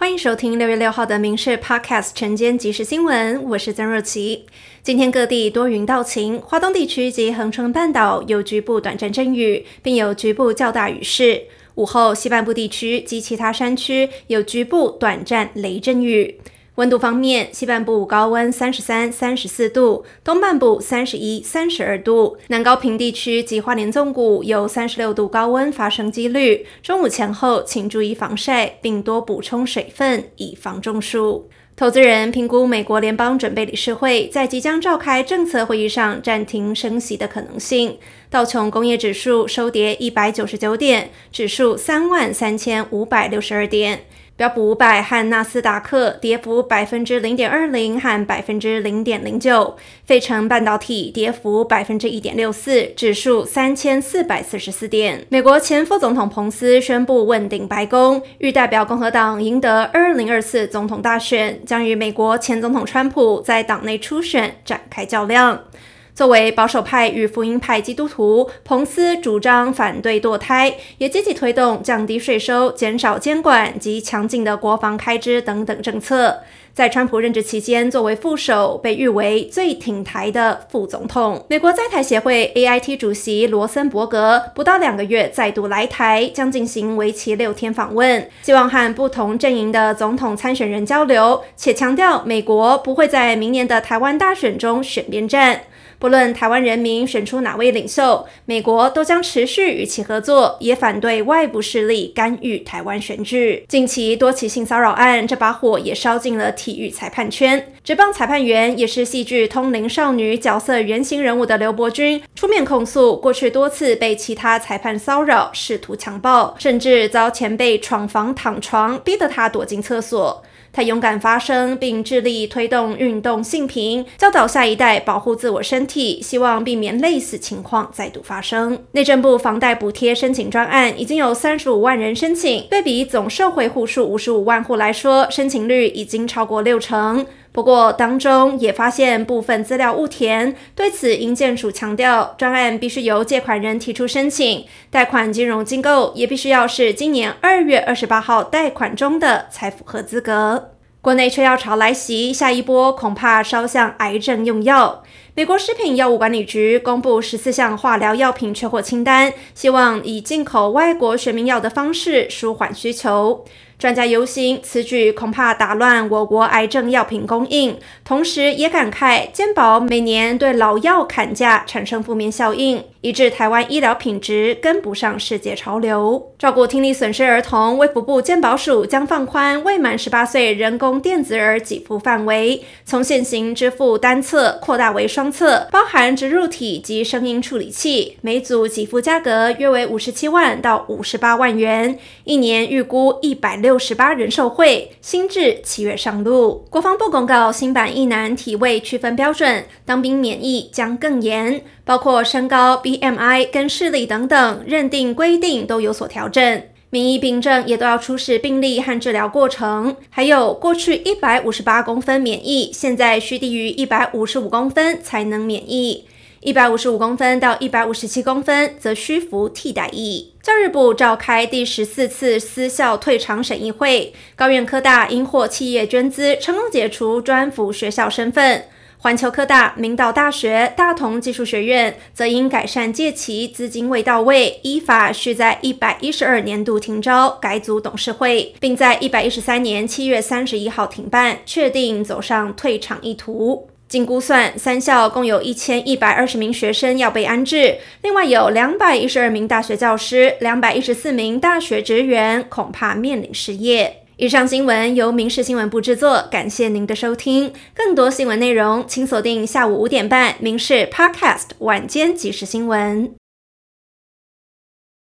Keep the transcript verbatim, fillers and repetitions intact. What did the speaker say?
欢迎收听六月六号的民视 Podcast 晨间即时新闻，我是曾若琪。今天各地多云到晴，花东地区及恒春半岛有局部短暂阵雨，并有局部较大雨势。午后西半部地区及其他山区有局部短暂雷阵雨。温度方面，西半部高温三十三、三十四度，东半部三十一、三十二度，南高屏地区及花莲纵谷有三十六度高温发生几率。中午前后请注意防晒，并多补充水分，以防中暑。投资人评估美国联邦准备理事会在即将召开政策会议上暂停升息的可能性。道琼工业指数收跌一百九十九点，指数三万三千五百六十二点。标普五百和纳斯达克跌幅 百分之零点二零 和 百分之零点零九， 费城半导体跌幅 百分之一点六四， 指数三千四百四十四点。美国前副总统彭斯宣布问鼎白宫，欲代表共和党赢得二零二四总统大选，将与美国前总统川普在党内初选展开较量。作为保守派与福音派基督徒，彭斯主张反对堕胎，也积极推动降低税收、减少监管及强劲的国防开支等等政策。在川普任职期间，作为副手，被誉为最挺台的副总统。美国在台协会 A I T 主席罗森伯格不到两个月再度来台，将进行为期六天访问，希望和不同阵营的总统参选人交流，且强调美国不会在明年的台湾大选中选边站。不论台湾人民选出哪位领袖，美国都将持续与其合作，也反对外部势力干预台湾选举。近期多起性骚扰案，这把火也烧进了体育裁判圈。职棒裁判员也是戏剧《通灵少女》角色原型人物的刘伯钧出面控诉，过去多次被其他裁判骚扰，试图强暴，甚至遭前辈闯房躺床，逼得他躲进厕所。他勇敢发声，并致力推动运动性平，教导下一代保护自我身体，希望避免类似情况再度发生。内政部房贷补贴申请专案已经有三十五万人申请，对比总受惠户数五十五万户来说，申请率已经超过六成。不过当中也发现部分资料误填，对此营建署强调，专案必须由借款人提出申请，贷款金融机构也必须要是今年二月二十八号贷款中的才符合资格。国内缺药潮来袭，下一波恐怕烧向癌症用药。美国食品药物管理局公布十四项化疗药品缺货清单，希望以进口外国学名药的方式舒缓需求。专家忧心此举恐怕打乱我国癌症药品供应，同时也感慨健保每年对老药砍价产生负面效应，以致台湾医疗品质跟不上世界潮流。照顾听力损失儿童，卫福部健保署将放宽未满十八岁人工电子耳给付范围，从现行支付单侧扩大为双侧，包含植入体及声音处理器，每组给付价格约为五十七万到五十八万元，一年预估一百六十八人受惠，新制七月上路。国防部公告新版役男体位区分标准，当兵免役将更严，包括身高、B M I 跟视力等等认定规定都有所调整。免疫病症也都要出示病历和治疗过程，还有过去一百五十八公分免疫，现在需低于一百五十五公分才能免疫。一百五十五公分到一百五十七公分则需服替代役。教育部召开第十四次私校退场审议会，高苑科大因获企业捐资，成功解除专辅学校身份。环球科大、明道大学、大同技术学院则因改善届期资金未到位，依法需在一百一十二年度停招，改组董事会，并在一百一十三年七月三十一号停办，确定走上退场意图。经估算，三校共有一千一百二十名学生要被安置，另外有两百一十二名大学教师、两百一十四名大学职员恐怕面临失业。以上新闻由民视新闻部制作，感谢您的收听。更多新闻内容，请锁定下午五点半民视 Podcast 晚间即时新闻。